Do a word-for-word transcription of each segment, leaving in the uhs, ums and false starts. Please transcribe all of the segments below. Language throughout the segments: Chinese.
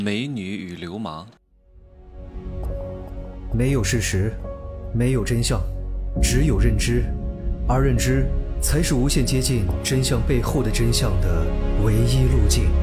美女与流氓。 没有事实，没有真相，只有认知，而认知才是无限接近真相背后的真相的唯一路径。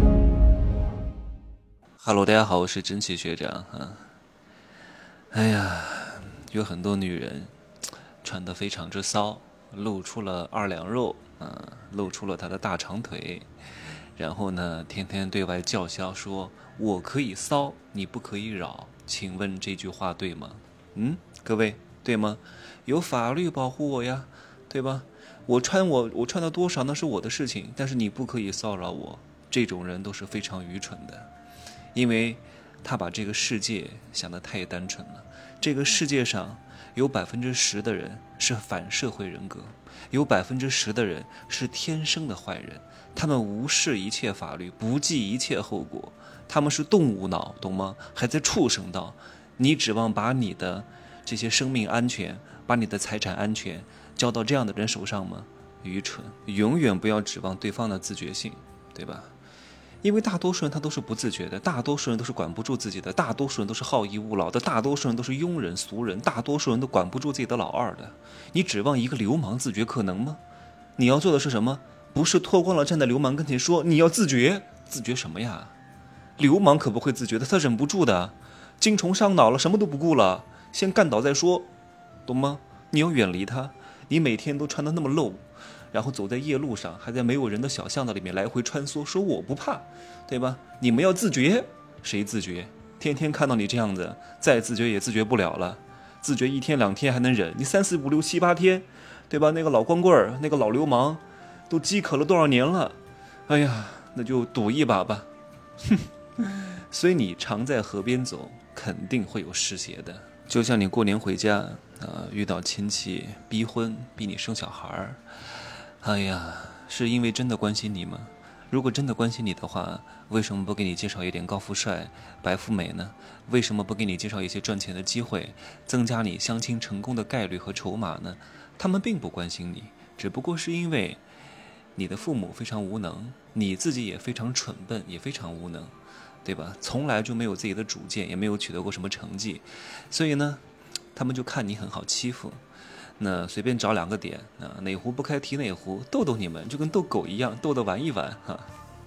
Hello， 大家好，我是真奇学长啊。哎呀，有很多女人穿得非常之骚，露出了二两肉啊，露出了她的大长腿，然后呢，天天对外叫嚣说我可以骚，你不可以扰。请问这句话对吗？嗯，各位对吗？有法律保护我呀，对吧？我穿我我穿的多少那是我的事情，但是你不可以骚扰我。这种人都是非常愚蠢的，因为他把这个世界想得太单纯了。这个世界上有百分之十的人是反社会人格，有百分之十的人是天生的坏人，他们无视一切法律，不计一切后果，他们是动物脑，懂吗？还在畜生道。你指望把你的这些生命安全，把你的财产安全交到这样的人手上吗？愚蠢！永远不要指望对方的自觉性，对吧？因为大多数人他都是不自觉的，大多数人都是管不住自己的，大多数人都是好逸恶劳的，大多数人都是庸人俗人，大多数人都管不住自己的老二的。你指望一个流氓自觉可能吗？你要做的是什么？不是脱光了站在流氓跟前说你要自觉，自觉什么呀？流氓可不会自觉的，他忍不住的，精虫上脑了，什么都不顾了，先干倒再说，懂吗？你要远离他。你每天都穿得那么露，然后走在夜路上，还在没有人的小巷子里面来回穿梭，说我不怕，对吧？你们要自觉，谁自觉？天天看到你这样子，再自觉也自觉不了了。自觉一天两天还能忍，你三四五六七八天，对吧？那个老光棍儿，那个老流氓，都饥渴了多少年了？哎呀，那就赌一把吧。哼。所以你常在河边走，肯定会有湿鞋的。就像你过年回家啊、呃，遇到亲戚逼婚，逼你生小孩，哎呀，是因为真的关心你吗？如果真的关心你的话，为什么不给你介绍一点高富帅、白富美呢？为什么不给你介绍一些赚钱的机会，增加你相亲成功的概率和筹码呢？他们并不关心你，只不过是因为你的父母非常无能，你自己也非常蠢笨，也非常无能，对吧？从来就没有自己的主见，也没有取得过什么成绩，所以呢，他们就看你很好欺负。那随便找两个点啊，哪壶不开提哪壶，逗逗你们，就跟逗狗一样，逗得玩一玩哈。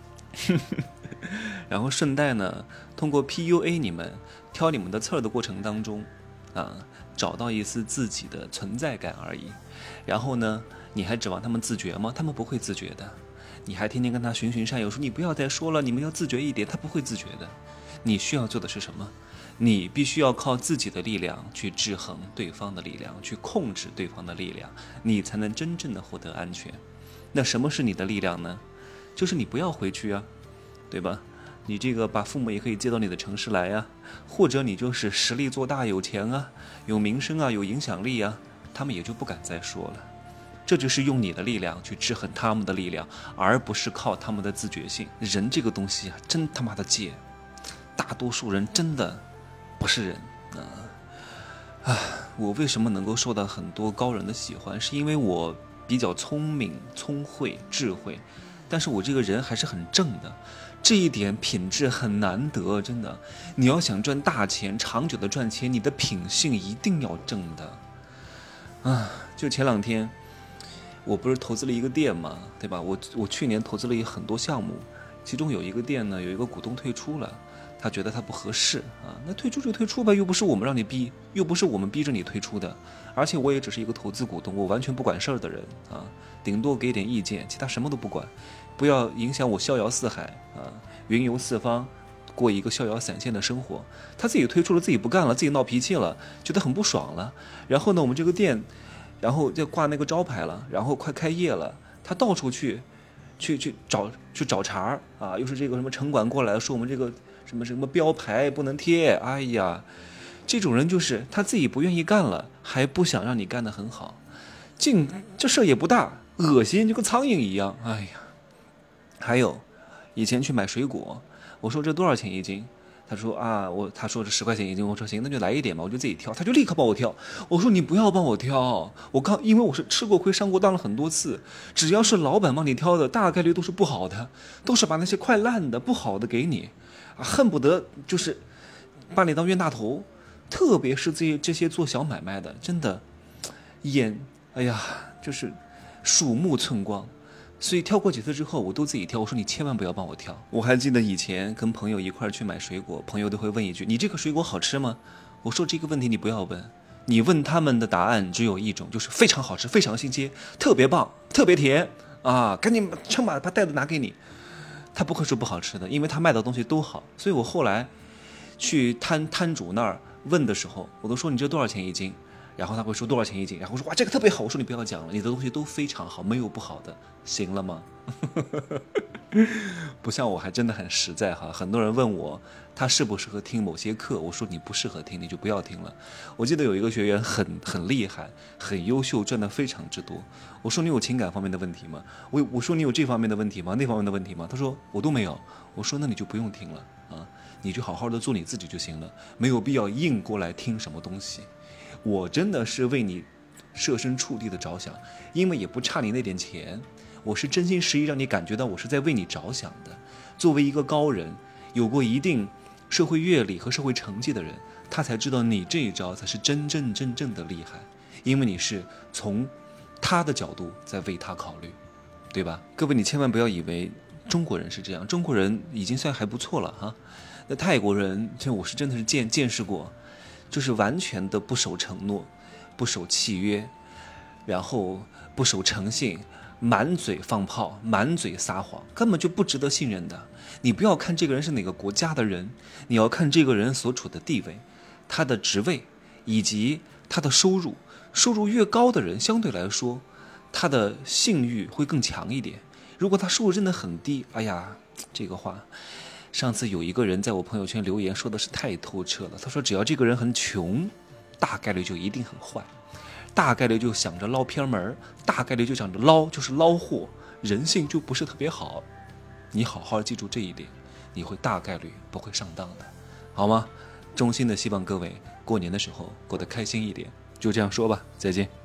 然后顺带呢，通过 P U A 你们，挑你们的刺儿的过程当中，啊，找到一丝自己的存在感而已。然后呢，你还指望他们自觉吗？他们不会自觉的。你还天天跟他循循善诱，说你不要再说了，你们要自觉一点，他不会自觉的。你需要做的是什么？你必须要靠自己的力量去制衡对方的力量，去控制对方的力量，你才能真正的获得安全。那什么是你的力量呢？就是你不要回去啊，对吧？你这个把父母也可以接到你的城市来啊，或者你就是实力做大，有钱啊，有名声啊，有影响力啊，他们也就不敢再说了。这就是用你的力量去制衡他们的力量，而不是靠他们的自觉性。人这个东西啊，真他妈的贱，大多数人真的不是人啊！啊，我为什么能够受到很多高人的喜欢？是因为我比较聪明、聪慧、智慧，但是我这个人还是很正的，这一点品质很难得，真的。你要想赚大钱、长久的赚钱，你的品性一定要正的。啊，就前两天，我不是投资了一个店嘛，对吧？我我去年投资了很多项目，其中有一个店呢，有一个股东退出了。他觉得他不合适啊，那退出就退出吧，又不是我们让你逼，又不是我们逼着你退出的，而且我也只是一个投资股东，我完全不管事儿的人啊，顶多给点意见，其他什么都不管，不要影响我逍遥四海啊，云游四方，过一个逍遥散现的生活。他自己退出了，自己不干了，自己闹脾气了，觉得很不爽了。然后呢，我们这个店，然后就挂那个招牌了，然后快开业了，他到处去，去去找去找茬啊，又是这个什么城管过来说我们这个。什么什么标牌不能贴，哎呀，这种人就是他自己不愿意干了，还不想让你干得很好，净这事儿也不大，恶心，就跟苍蝇一样，哎呀。还有，以前去买水果，我说这多少钱一斤？他说啊，我他说这十块钱一斤，我说行，那就来一点吧，我就自己挑，他就立刻帮我挑。我说你不要帮我挑，我刚因为我是吃过亏上过当了很多次，只要是老板帮你挑的，大概率都是不好的，都是把那些快烂的不好的给你。 恨不得就是把你当冤大头。特别是这些这些做小买卖的，真的眼哎呀就是鼠目寸光。所以挑过几次之后，我都自己挑。我说你千万不要帮我挑。我还记得以前跟朋友一块去买水果，朋友都会问一句：“你这个水果好吃吗？”我说这个问题你不要问，你问他们的答案只有一种，就是非常好吃，非常新鲜，特别棒，特别甜啊！赶紧称把把袋子拿给你。他不会说不好吃的，因为他卖的东西都好。所以我后来去摊摊主那儿问的时候，我都说你这多少钱一斤，然后他会说多少钱一斤，然后我说哇这个特别好，我说你不要讲了，你的东西都非常好，没有不好的，行了吗？不像我还真的很实在哈。很多人问我他适不适合听某些课，我说你不适合听你就不要听了。我记得有一个学员很很厉害很优秀，赚的非常之多，我说你有情感方面的问题吗？我我说你有这方面的问题吗？那方面的问题吗？他说我都没有。我说那你就不用听了啊，你就好好的做你自己就行了，没有必要硬过来听什么东西。我真的是为你设身处地的着想，因为也不差你那点钱，我是真心实意让你感觉到我是在为你着想的。作为一个高人，有过一定社会阅历和社会成绩的人，他才知道你这一招才是真正真正的厉害，因为你是从他的角度在为他考虑，对吧？各位你千万不要以为中国人是这样，中国人已经算还不错了哈。那泰国人，这我是真的是见见识过，就是完全的不守承诺，不守契约，然后不守诚信，满嘴放炮，满嘴撒谎，根本就不值得信任的。你不要看这个人是哪个国家的人，你要看这个人所处的地位，他的职位以及他的收入。收入越高的人，相对来说他的信誉会更强一点。如果他收入真的很低，哎呀，这个话上次有一个人在我朋友圈留言说的是太透彻了。他说只要这个人很穷，大概率就一定很坏，大概率就想着捞偏门，大概率就想着捞就是捞货，人性就不是特别好。你好好记住这一点，你会大概率不会上当的，好吗？衷心的希望各位过年的时候过得开心一点。就这样说吧，再见。